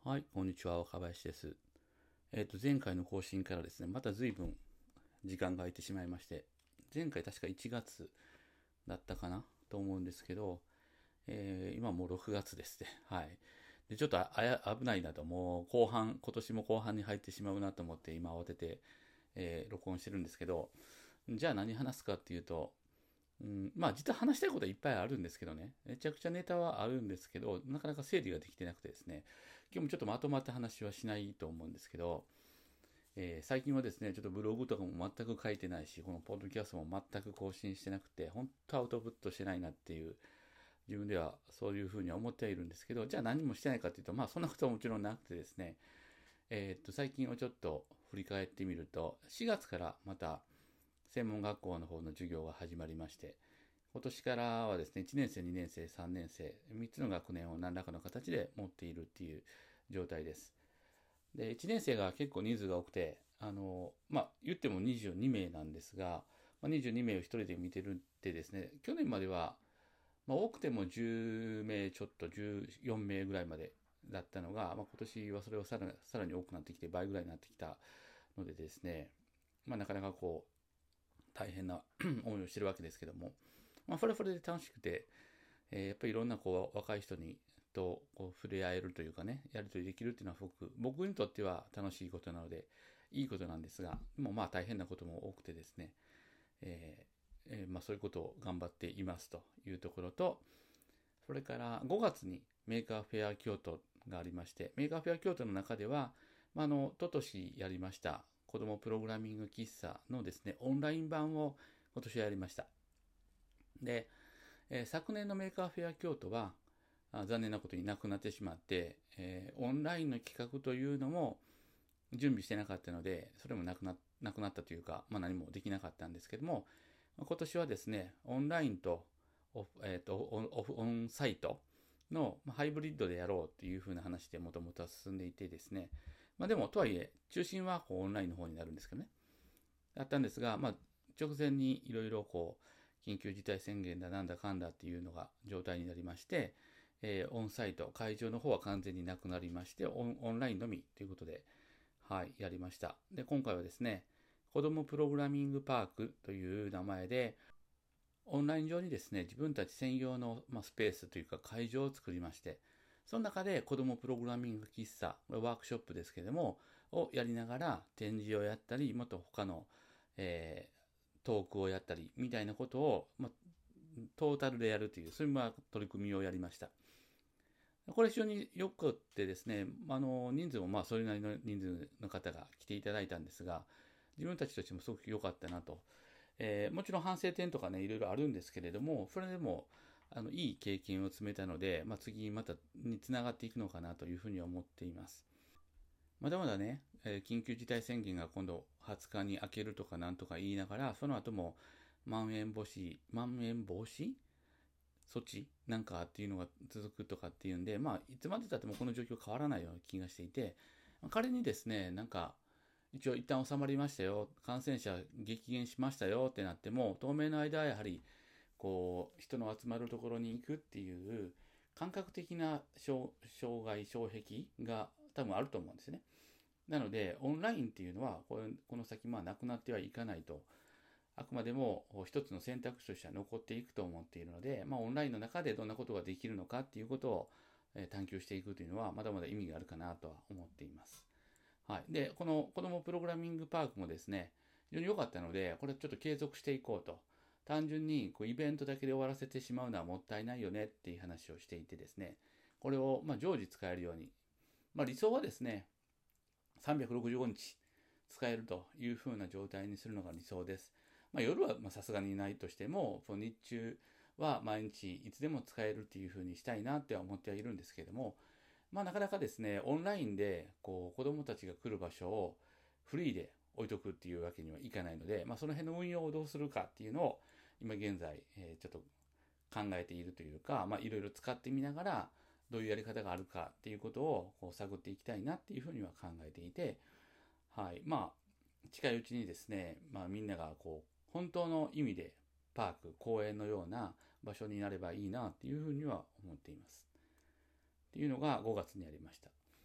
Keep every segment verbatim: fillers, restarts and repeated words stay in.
はい、こんにちは、若林です。えっ、と、前回の更新からですね、また随分時間が空いてしまいまして、前回確かいちがつだったかなと思うんですけど、えー今もうろくがつですね。はい。で、ちょっとあや危ないなと、もう後半、今年も後半に入ってしまうなと思って今慌てて、えー録音してるんですけど、じゃあ何話すかっていうと、うん、まあ実は話したいことはいっぱいあるんですけどね。めちゃくちゃネタはあるんですけど、なかなか整理ができてなくてですね。今日もちょっとまとまった話はしないと思うんですけど、えー最近はですね、ちょっとブログとかも全く書いてないし、このポッドキャストも全く更新してなくて、本当アウトプットしてないなっていう、自分ではそういうふうには思ってはいるんですけど、じゃあ何もしてないかっていうと、まあそんなことはもちろんなくてですね、えーっと、最近をちょっと振り返ってみると、しがつからまた専門学校の方の授業が始まりまして、今年からはですね、いちねん生、にねん生、さんねん生、みっつの学年を何らかの形で持っているっていう状態です。で、いちねん生が結構人数が多くて、あの、まあ、言ってもにじゅうに名なんですが、まあ、にじゅうに名をひとりで見てるってですね、去年までは、まあ、多くてもじゅう名ちょっとじゅうよん名ぐらいまでだったのが、まあ、今年はそれをさらさらに多くなってきて、倍ぐらいになってきたのでですね、まあ、なかなかこう、大変な思いをしてるわけですけども、まあ、それはそれで楽しくて、えーやっぱりいろんなこう若い人にとこう触れ合えるというかね、やり取りできるっていうのは僕僕にとっては楽しいことなので、いいことなんですが、でもまあ大変なことも多くてですね、えーえーまあ、そういうことを頑張っていますというところと、それからごがつにメーカーフェア京都がありまして、メーカーフェア京都の中では、まあ、あの、ととしやりました子供プログラミング喫茶のですね、オンライン版を今年やりました。で、えー昨年のメーカーフェア京都は、あ残念なことになくなってしまって、えーオンラインの企画というのも準備してなかったので、それもなくななくなったというか、まあ、何もできなかったんですけども、今年はですね、オンラインとオフ、えーとオンオフオンサイトのハイブリッドでやろうというふうな話でもともとは進んでいてですね、まあ、でもとはいえ、中心はこうオンラインの方になるんですけどね、だったんですが、まあ、直前にいろいろこう、緊急事態宣言だなんだかんだっていうのが状態になりまして、えーオンサイト、会場の方は完全になくなりまして、オンオンラインのみということで、はい、やりました。で、今回はですね、子どもプログラミングパークという名前で、オンライン上にですね、自分たち専用の、まあ、スペースというか会場を作りまして、その中で子どもプログラミング喫茶、ワークショップですけれども、をやりながら展示をやったり、もっと他の、えートークをやったり、みたいなことを、まあ、トータルでやるという、そういうまあ取り組みをやりました。これ非常によくってですね、あの人数もまあそれなりの人数の方が来ていただいたんですが、自分たちとしてもすごく良かったなと。えーもちろん反省点とかね、いろいろあるんですけれども、それでもあのいい経験を積めたので、まあ、次またにつながっていくのかなというふうに思っています。まだまだね、えー緊急事態宣言が今度はつかに明けるとかなんとか言いながら、その後もまん延防止、まん延防止措置なんかっていうのが続くとかっていうんで、まあ、いつまでたってもこの状況変わらないような気がしていて、仮にですね、なんか、一応一旦収まりましたよ、感染者激減しましたよってなっても、当面の間はやはり、こう、人の集まるところに行くっていう感覚的な障害、障壁が多分あると思うんですね。なので、オンラインっていうのは、これこの先、まあ、なくなってはいかないと、あくまでも一つの選択肢としては残っていくと思っているので、まあ、オンラインの中でどんなことができるのかっていうことを探求していくというのは、まだまだ意味があるかなとは思っています。はい。で、この子供プログラミングパークもですね、非常に良かったので、これちょっと継続していこうと。単純にこうイベントだけで終わらせてしまうのはもったいないよねっていう話をしていてですね、これをまあ常時使えるように、まあ、理想はですね、さんびゃくろくじゅうごにち使えるという風な状態にするのが理想です。まあ、夜はさすがにないとしても、日中は毎日いつでも使えるっていう風にしたいなって思ってはいるんですけれども、まあ、なかなかですね、オンラインでこう子どもたちが来る場所をフリーで置いとくっていうわけにはいかないので、まあ、その辺の運用をどうするかっていうのを今現在、えーちょっと考えているというか、まあ、いろいろ使ってみながら、どういうやり方があるかっていうことをこう探っていきたいなっていうふうには考えていて、はい。まあ、近いうちにですね、まあみんながこう、本当の意味でパーク、公園のような場所になればいいなっていうふうには思っています。っていうのがごがつにありました。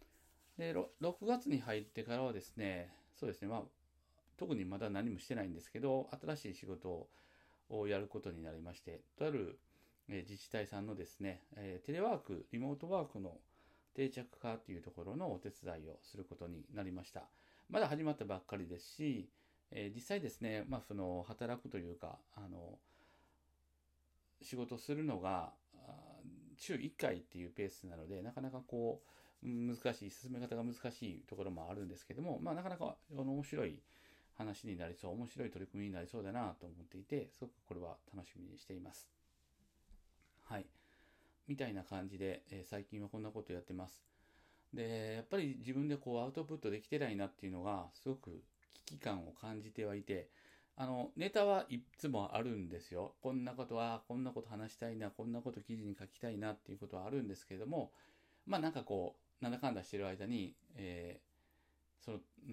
で、ろろくがつに入ってからはですね、そうですね、まあ、特にまだ何もしてないんですけど、新しい仕事をやることになりまして、とあるえ自治体さんのですね、えテレワーク、リモートワークの定着化というところのお手伝いをすることになりました。まだ始まったばっかりですし、え実際ですね、まあ、その働くというか、あの仕事するのが週いっかいっていうペースなので、なかなかこう難しい、進め方が難しいところもあるんですけども、まあ、なかなかあの面白い話になりそう、面白い取り組みになりそうだなと思っていて、すごくこれは楽しみにしています。はい。みたいな感じで、えー最近はこんなことやってます。で、やっぱり自分でこうアウトプットできてないなっていうのが、すごく危機感を感じてはいて、あの、ネタはいつもあるんですよ。こんなことは、こんなこと話したいな、こんなこと記事に書きたいなっていうことはあるんですけれども、まあなんかこう、なんだかんだしてる間に、えーその、うん、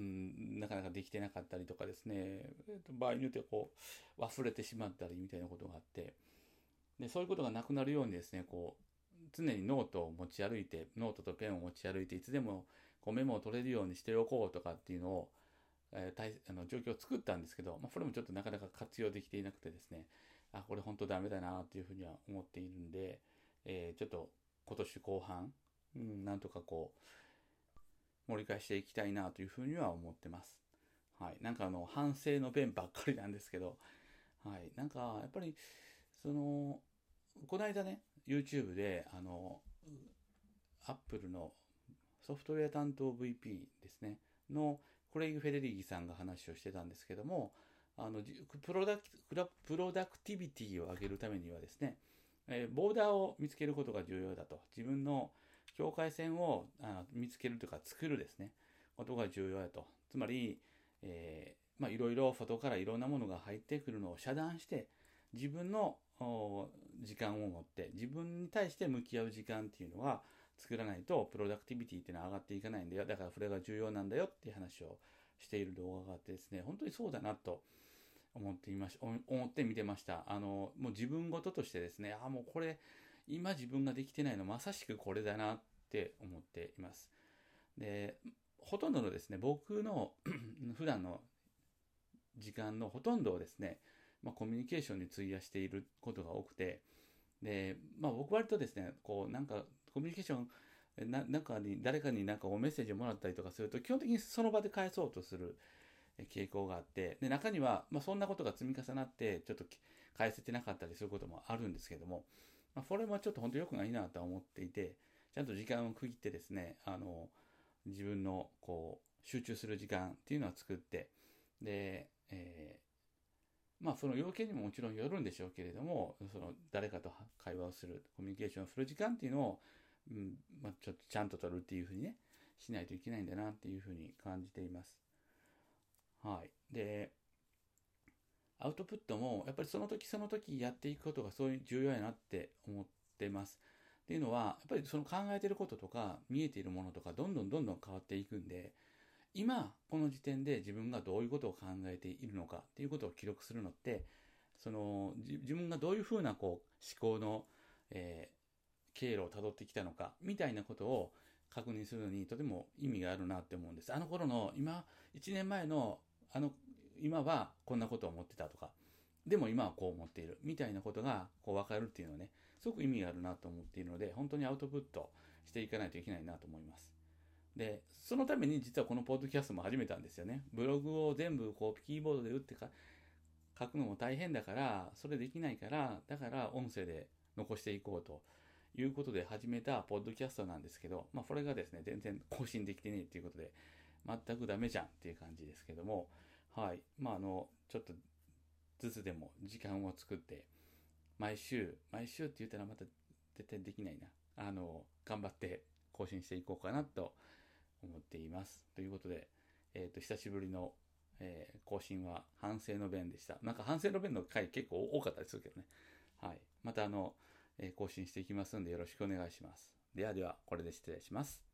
なかなかできてなかったりとかですね、えーと場合によってはこう、忘れてしまったりみたいなことがあって、で、そういうことがなくなるようにですね、こう、常にノートを持ち歩いて、ノートとペンを持ち歩いて、いつでもこうメモを取れるようにしておこうとかっていうのを、えー、あの状況を作ったんですけど、まあ、これもちょっとなかなか活用できていなくてですね、あ、これ本当ダメだなっていうふうには思っているんで、えーちょっと今年後半、うん、なんとかこう、盛り返していきたいなというふうには思ってます。はい。なんかあの、反省の弁ばっかりなんですけど、はい。なんか、やっぱり、その、この間ね、YouTube で、あの、Apple のソフトウェア担当 ブイピー ですね、のクレイグ・フェデリギさんが話をしてたんですけども、あのプロダクプロダクティビティを上げるためにはですね、えーボーダーを見つけることが重要だと。自分の境界線をあ見つけるというか作るですね、ことが重要だと。つまり、えーまあ、いろいろ外からいろんなものが入ってくるのを遮断して、自分の時間を持って、自分に対して向き合う時間っていうのが作らないと、プロダクティビティっていうのは上がっていかないんだよ。だからそれが重要なんだよっていう話をしている動画があってですね、本当にそうだなと思っていまし、思って見てました。あの、もう自分事としてですね、あ、もうこれ、今自分ができてないのまさしくこれだなって思っています。で、ほとんどのですね、僕の普段の時間のほとんどをですね、まあ、コミュニケーションに費やしていることが多くて、で、まあ僕割とですね、こうなんかコミュニケーション、ななんかに誰かになんかメッセージをもらったりとかすると、基本的にその場で返そうとする傾向があって、で中には、まあ、そんなことが積み重なって、ちょっと返せてなかったりすることもあるんですけども、まあ、これはちょっと本当良くないなとは思っていて、ちゃんと時間を区切ってですね、あの自分のこう集中する時間っていうのは作って、で、えーまあその要件にももちろんよるんでしょうけれども、その誰かと会話をする、コミュニケーションをする時間っていうのを、うんまあ、ちょっとちゃんと取るっていうふうにね、しないといけないんだなっていうふうに感じています。はい。で、アウトプットもやっぱりその時その時やっていくことがそういう重要やなって思ってます。っていうのは、やっぱりその考えてることとか見えているものとかどんどんどんどん変わっていくんで、今この時点で自分がどういうことを考えているのかっていうことを記録するのって、その自分がどういうふうなこう思考の、えー経路をたどってきたのかみたいなことを確認するのにとても意味があるなって思うんです。あの頃の今いちねんまえのあの今はこんなことを思ってたとか、でも今はこう思っているみたいなことがこう分かるっていうのはね、すごく意味があるなと思っているので、本当にアウトプットしていかないといけないなと思います。で、そのために実はこのポッドキャストも始めたんですよね。ブログを全部こうキーボードで打ってか書くのも大変だから、それできないから、だから音声で残していこうということで始めたポッドキャストなんですけど、まあこれがですね、全然更新できてねえっていうことで、全くダメじゃんっていう感じですけども、はい。まああの、ちょっとずつでも時間を作って、毎週、毎週って言ったらまた絶対できないな。あの、頑張って更新していこうかなと思っています。ということで、えっ、と、久しぶりの、えー更新は反省の弁でした。なんか反省の弁の回結構多かったりするけどね。はい。またあの、えー更新していきますんでよろしくお願いします。ではでは、これで失礼します。